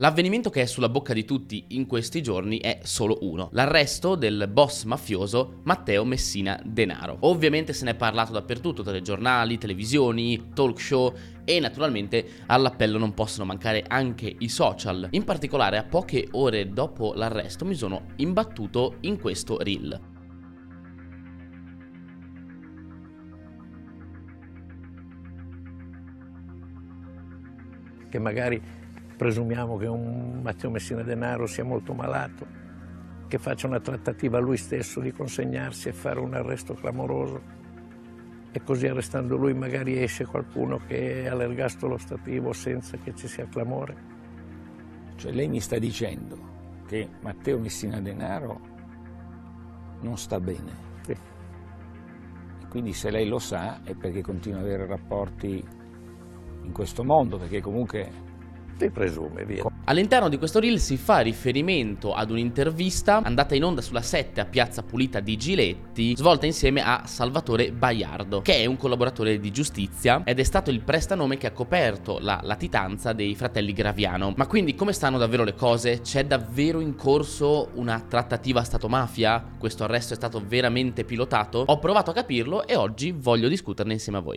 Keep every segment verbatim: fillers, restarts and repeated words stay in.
L'avvenimento che è sulla bocca di tutti in questi giorni è solo uno: l'arresto del boss mafioso Matteo Messina Denaro. Ovviamente se ne è parlato dappertutto, telegiornali, televisioni, talk show e naturalmente all'appello non possono mancare anche i social. In particolare a poche ore dopo l'arresto mi sono imbattuto in questo reel. Che magari presumiamo che un Matteo Messina Denaro sia molto malato, che faccia una trattativa lui stesso di consegnarsi e fare un arresto clamoroso, e così arrestando lui magari esce qualcuno che è all'ergastolo stativo senza che ci sia clamore. Cioè lei mi sta dicendo che Matteo Messina Denaro non sta bene. Sì. E quindi se lei lo sa è perché continua ad avere rapporti in questo mondo, perché comunque... Si presume, via. All'interno di questo reel si fa riferimento ad un'intervista andata in onda sulla sette a Piazza Pulita di Giletti, svolta insieme a Salvatore Baiardo, che è un collaboratore di giustizia ed è stato il prestanome che ha coperto la latitanza dei fratelli Graviano. Ma quindi come stanno davvero le cose? C'è davvero in corso una trattativa Stato-mafia? Questo arresto è stato veramente pilotato? Ho provato a capirlo e oggi voglio discuterne insieme a voi.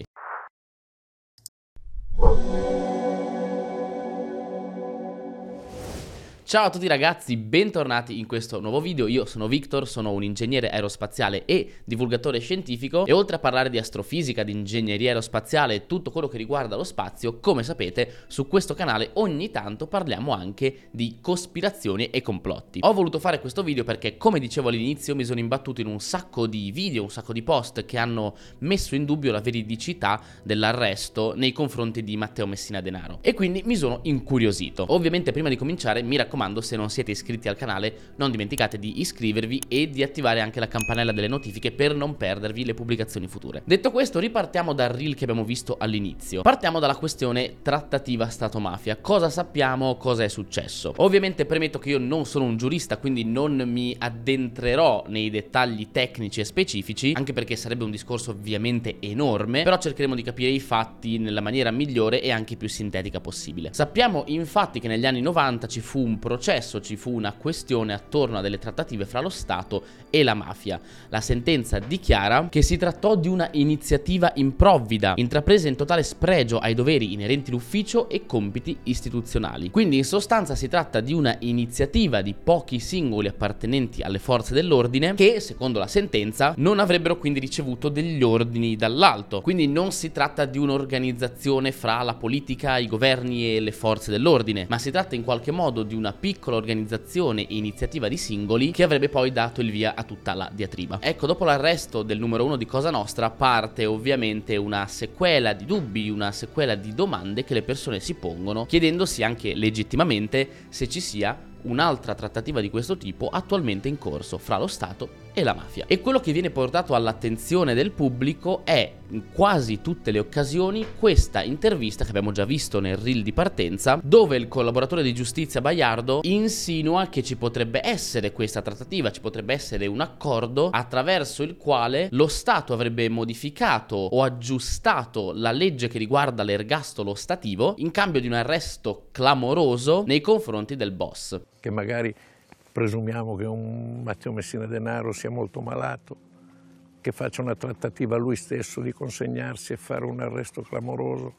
Ciao a tutti ragazzi, bentornati in questo nuovo video. Io sono Victor, sono un ingegnere aerospaziale e divulgatore scientifico e oltre a parlare di astrofisica, di ingegneria aerospaziale e tutto quello che riguarda lo spazio, come sapete su questo canale ogni tanto parliamo anche di cospirazioni e complotti. Ho voluto fare questo video perché, come dicevo all'inizio, mi sono imbattuto in un sacco di video, un sacco di post che hanno messo in dubbio la veridicità dell'arresto nei confronti di Matteo Messina Denaro e quindi mi sono incuriosito. Ovviamente prima di cominciare mi raccomando, se non siete iscritti al canale non dimenticate di iscrivervi e di attivare anche la campanella delle notifiche per non perdervi le pubblicazioni future. Detto questo, ripartiamo dal reel che abbiamo visto all'inizio. Partiamo dalla questione trattativa Stato-mafia. Cosa sappiamo? Cosa è successo? Ovviamente premetto che io non sono un giurista, quindi non mi addentrerò nei dettagli tecnici e specifici, anche perché sarebbe un discorso ovviamente enorme, però cercheremo di capire i fatti nella maniera migliore e anche più sintetica possibile. Sappiamo infatti che negli anni novanta ci fu un processo, ci fu una questione attorno a delle trattative fra lo Stato e la mafia. La sentenza dichiara che si trattò di una iniziativa improvvida, intrapresa in totale spregio ai doveri inerenti l'ufficio e compiti istituzionali. Quindi in sostanza si tratta di una iniziativa di pochi singoli appartenenti alle forze dell'ordine che, secondo la sentenza, non avrebbero quindi ricevuto degli ordini dall'alto. Quindi non si tratta di un'organizzazione fra la politica, i governi e le forze dell'ordine, ma si tratta in qualche modo di una piccola organizzazione e iniziativa di singoli che avrebbe poi dato il via a tutta la diatriba. Ecco, dopo l'arresto del numero uno di Cosa Nostra parte ovviamente una sequela di dubbi, una sequela di domande che le persone si pongono, chiedendosi anche legittimamente se ci sia un'altra trattativa di questo tipo attualmente in corso fra lo Stato e la mafia. E quello che viene portato all'attenzione del pubblico è in quasi tutte le occasioni questa intervista che abbiamo già visto nel reel di partenza, dove il collaboratore di giustizia Baiardo insinua che ci potrebbe essere questa trattativa, ci potrebbe essere un accordo attraverso il quale lo Stato avrebbe modificato o aggiustato la legge che riguarda l'ergastolo stativo in cambio di un arresto clamoroso nei confronti del boss. Che magari presumiamo che un Matteo Messina Denaro sia molto malato, che faccia una trattativa lui stesso di consegnarsi e fare un arresto clamoroso,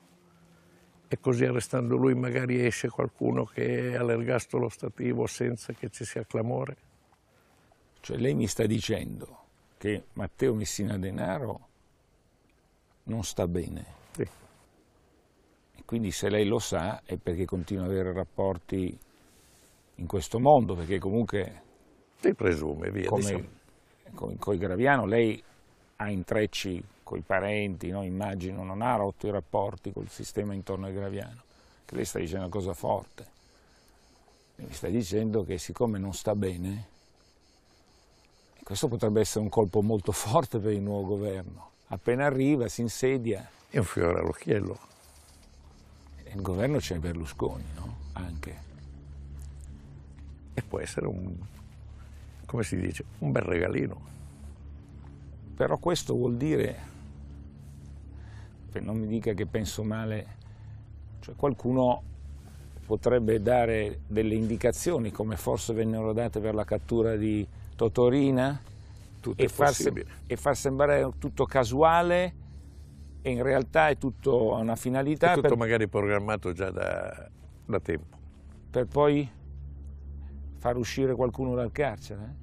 e così arrestando lui magari esce qualcuno che è all'ergastolo stativo senza che ci sia clamore. Cioè lei mi sta dicendo che Matteo Messina Denaro non sta bene. Sì. E quindi se lei lo sa è perché continua ad avere rapporti in questo mondo, perché comunque Si presume, via. come Diciamo. con, con i Graviano lei ha intrecci coi parenti, no? Immagino non ha rotto i rapporti col sistema intorno ai Graviano, che lei sta dicendo una cosa forte. Mi sta dicendo che siccome non sta bene, questo potrebbe essere un colpo molto forte per il nuovo governo. Appena arriva, si insedia. È un fiore all'occhiello. Il governo c'è Berlusconi, no? Anche. E può essere un, come si dice, un bel regalino. Però questo vuol dire, non mi dica che penso male, cioè qualcuno potrebbe dare delle indicazioni, come forse vennero date per la cattura di Totorina, Tutto e è far, possibile. e far sembrare tutto casuale, e in realtà è tutto una finalità. È tutto per, magari programmato già da, da tempo. per poi far uscire qualcuno dal carcere. Eh?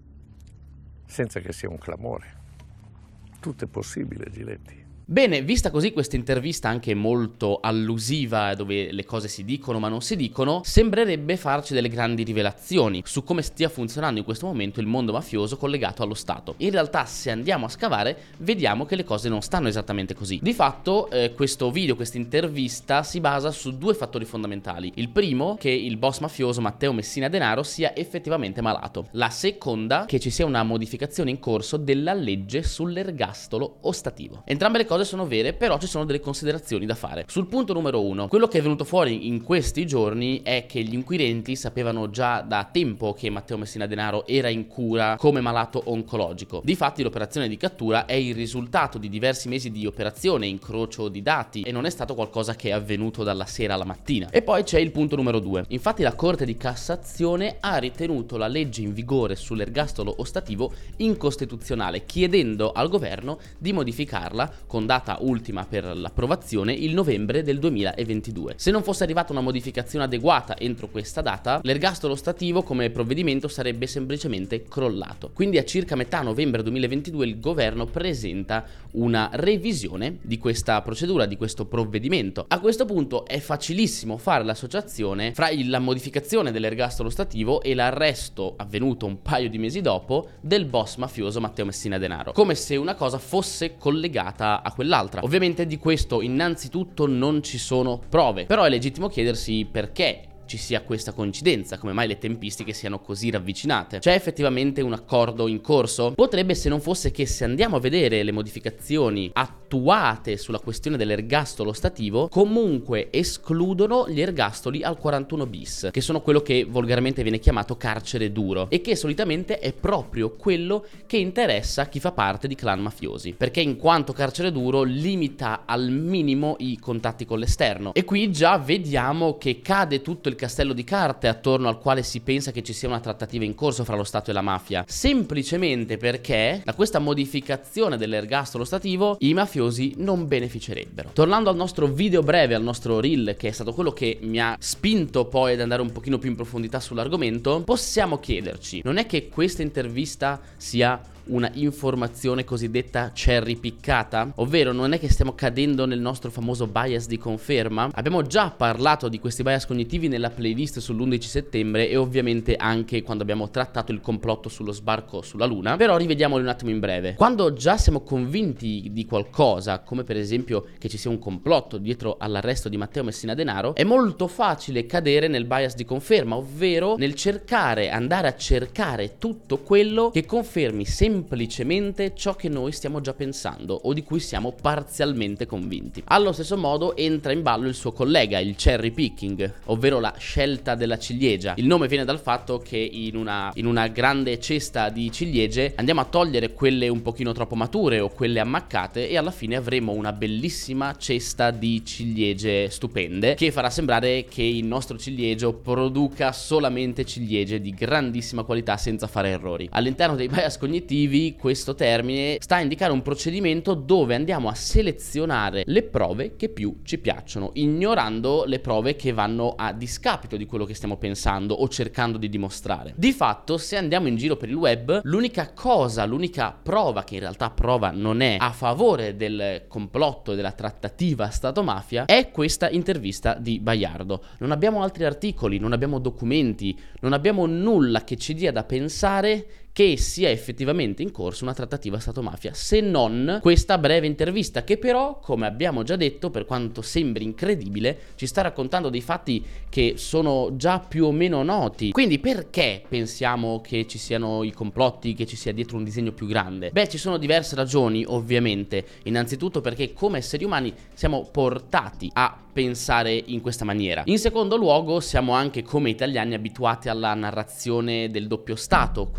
Senza che sia un clamore. Tutto è possibile, Giletti. Bene, vista così questa intervista anche molto allusiva, dove le cose si dicono ma non si dicono, sembrerebbe farci delle grandi rivelazioni su come stia funzionando in questo momento il mondo mafioso collegato allo Stato. In realtà, se andiamo a scavare, vediamo che le cose non stanno esattamente così. Di fatto, eh, questo video, questa intervista si basa su due fattori fondamentali. Il primo, che il boss mafioso Matteo Messina Denaro sia effettivamente malato. La seconda, che ci sia una modificazione in corso della legge sull'ergastolo ostativo. Entrambe le cose sono vere, però ci sono delle considerazioni da fare. Sul punto numero uno, quello che è venuto fuori in questi giorni è che gli inquirenti sapevano già da tempo che Matteo Messina Denaro era in cura come malato oncologico. Difatti l'operazione di cattura è il risultato di diversi mesi di operazione, incrocio di dati, e non è stato qualcosa che è avvenuto dalla sera alla mattina. E poi c'è il punto numero due. Infatti la Corte di Cassazione ha ritenuto la legge in vigore sull'ergastolo ostativo incostituzionale, chiedendo al governo di modificarla con data ultima per l'approvazione il novembre del duemilaventidue. Se non fosse arrivata una modificazione adeguata entro questa data, l'ergastolo ostativo come provvedimento sarebbe semplicemente crollato. Quindi a circa metà novembre duemilaventidue il governo presenta una revisione di questa procedura, di questo provvedimento. A questo punto è facilissimo fare l'associazione fra la modificazione dell'ergastolo ostativo e l'arresto avvenuto un paio di mesi dopo del boss mafioso Matteo Messina Denaro, come se una cosa fosse collegata a quell'altra. Ovviamente di questo innanzitutto non ci sono prove, però è legittimo chiedersi perché ci sia questa coincidenza, come mai le tempistiche siano così ravvicinate. C'è effettivamente un accordo in corso? Potrebbe, se non fosse che, se andiamo a vedere le modificazioni attuate sulla questione dell'ergastolo ostativo, comunque escludono gli ergastoli al quarantuno bis, che sono quello che volgarmente viene chiamato carcere duro, e che solitamente è proprio quello che interessa chi fa parte di clan mafiosi, perché in quanto carcere duro limita al minimo i contatti con l'esterno. E qui già vediamo che cade tutto il castello di carte attorno al quale si pensa che ci sia una trattativa in corso fra lo Stato e la mafia, semplicemente perché da questa modificazione dell'ergastolo ostativo i mafiosi non beneficerebbero. Tornando al nostro video breve, al nostro reel, che è stato quello che mi ha spinto poi ad andare un pochino più in profondità sull'argomento, possiamo chiederci: non è che questa intervista sia una informazione cosiddetta cherry piccata? Ovvero, non è che stiamo cadendo nel nostro famoso bias di conferma? Abbiamo già parlato di questi bias cognitivi nella playlist sull'undici settembre e ovviamente anche quando abbiamo trattato il complotto sullo sbarco sulla Luna, però rivediamoli un attimo in breve. Quando già siamo convinti di qualcosa, come per esempio che ci sia un complotto dietro all'arresto di Matteo Messina Denaro, è molto facile cadere nel bias di conferma, ovvero nel cercare, andare a cercare tutto quello che confermi sempre semplicemente ciò che noi stiamo già pensando o di cui siamo parzialmente convinti. Allo stesso modo entra in ballo il suo collega, il cherry picking, ovvero la scelta della ciliegia. Il nome viene dal fatto che in una, in una grande cesta di ciliegie andiamo a togliere quelle un pochino troppo mature o quelle ammaccate e alla fine avremo una bellissima cesta di ciliegie stupende che farà sembrare che il nostro ciliegio produca solamente ciliegie di grandissima qualità senza fare errori. All'interno dei bias cognitivi questo termine sta a indicare un procedimento dove andiamo a selezionare le prove che più ci piacciono, ignorando le prove che vanno a discapito di quello che stiamo pensando o cercando di dimostrare. Di fatto, se andiamo in giro per il web, l'unica cosa, l'unica prova, che in realtà prova non è, a favore del complotto e della trattativa Stato-mafia è questa intervista di Baiardo. Non abbiamo altri articoli, non abbiamo documenti, non abbiamo nulla che ci dia da pensare che sia effettivamente in corso una trattativa Stato-mafia, se non questa breve intervista che però, come abbiamo già detto, per quanto sembri incredibile, ci sta raccontando dei fatti che sono già più o meno noti. Quindi perché pensiamo che ci siano i complotti, che ci sia dietro un disegno più grande? Beh, ci sono diverse ragioni, ovviamente. Innanzitutto perché come esseri umani siamo portati a pensare in questa maniera. In secondo luogo, siamo anche come italiani abituati alla narrazione del doppio stato, quindi a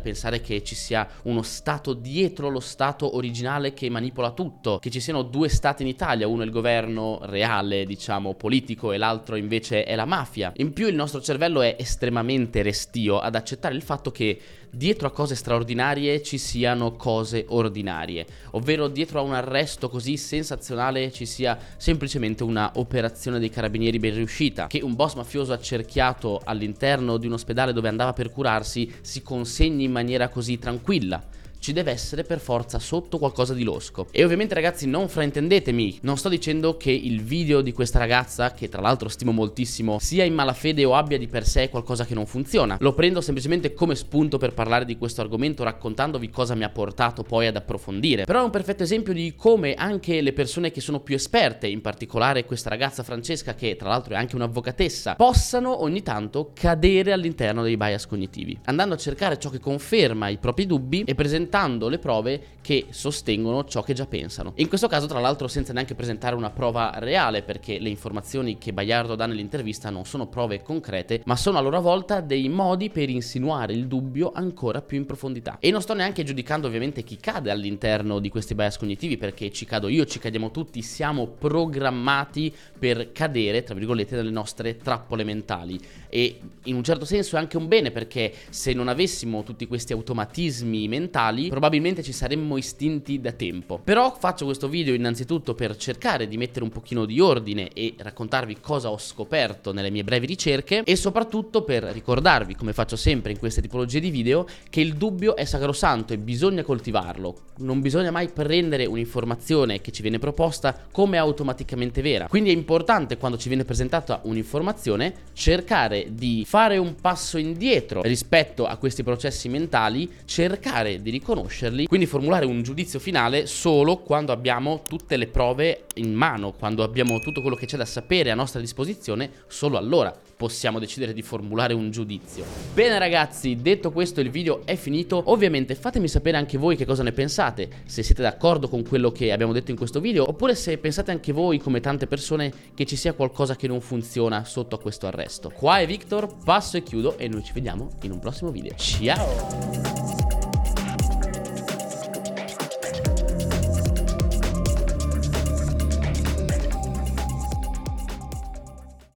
pensare che ci sia uno stato dietro lo stato originale che manipola tutto, che ci siano due stati in Italia, uno è il governo reale, diciamo, politico, e l'altro invece è la mafia. In più il nostro cervello è estremamente restio ad accettare il fatto che dietro a cose straordinarie ci siano cose ordinarie, ovvero dietro a un arresto così sensazionale ci sia semplicemente una operazione dei carabinieri ben riuscita, che un boss mafioso accerchiato all'interno di un ospedale dove andava per curarsi si consegni in maniera così tranquilla. Ci deve essere per forza sotto qualcosa di losco. E ovviamente, ragazzi, non fraintendetemi, non sto dicendo che il video di questa ragazza, che tra l'altro stimo moltissimo, sia in malafede o abbia di per sé qualcosa che non funziona. Lo prendo semplicemente come spunto per parlare di questo argomento, raccontandovi cosa mi ha portato poi ad approfondire. Però è un perfetto esempio di come anche le persone che sono più esperte, in particolare questa ragazza Francesca, che tra l'altro è anche un'avvocatessa, possano ogni tanto cadere all'interno dei bias cognitivi, andando a cercare ciò che conferma i propri dubbi e presentando le prove che sostengono ciò che già pensano. In questo caso, tra l'altro, senza neanche presentare una prova reale, perché le informazioni che Baiardo dà nell'intervista non sono prove concrete, ma sono a loro volta dei modi per insinuare il dubbio ancora più in profondità. E non sto neanche giudicando ovviamente chi cade all'interno di questi bias cognitivi, perché ci cado io, ci cadiamo tutti, siamo programmati per cadere, tra virgolette, nelle nostre trappole mentali. E in un certo senso è anche un bene, perché se non avessimo tutti questi automatismi mentali probabilmente ci saremmo istinti da tempo. Però faccio questo video innanzitutto per cercare di mettere un pochino di ordine e raccontarvi cosa ho scoperto nelle mie brevi ricerche, e soprattutto per ricordarvi, come faccio sempre in queste tipologie di video, che il dubbio è sacrosanto e bisogna coltivarlo. Non bisogna mai prendere un'informazione che ci viene proposta come automaticamente vera. Quindi è importante, quando ci viene presentata un'informazione, cercare di fare un passo indietro rispetto a questi processi mentali, cercare di riconoscerli, quindi formulare un giudizio finale solo quando abbiamo tutte le prove in mano, quando abbiamo tutto quello che c'è da sapere a nostra disposizione. Solo allora possiamo decidere di formulare un giudizio. Bene ragazzi, detto questo il video è finito. Ovviamente fatemi sapere anche voi che cosa ne pensate, se siete d'accordo con quello che abbiamo detto in questo video, oppure se pensate anche voi, come tante persone, che ci sia qualcosa che non funziona sotto a questo arresto. Qua è Victor, passo e chiudo, e noi ci vediamo in un prossimo video. Ciao!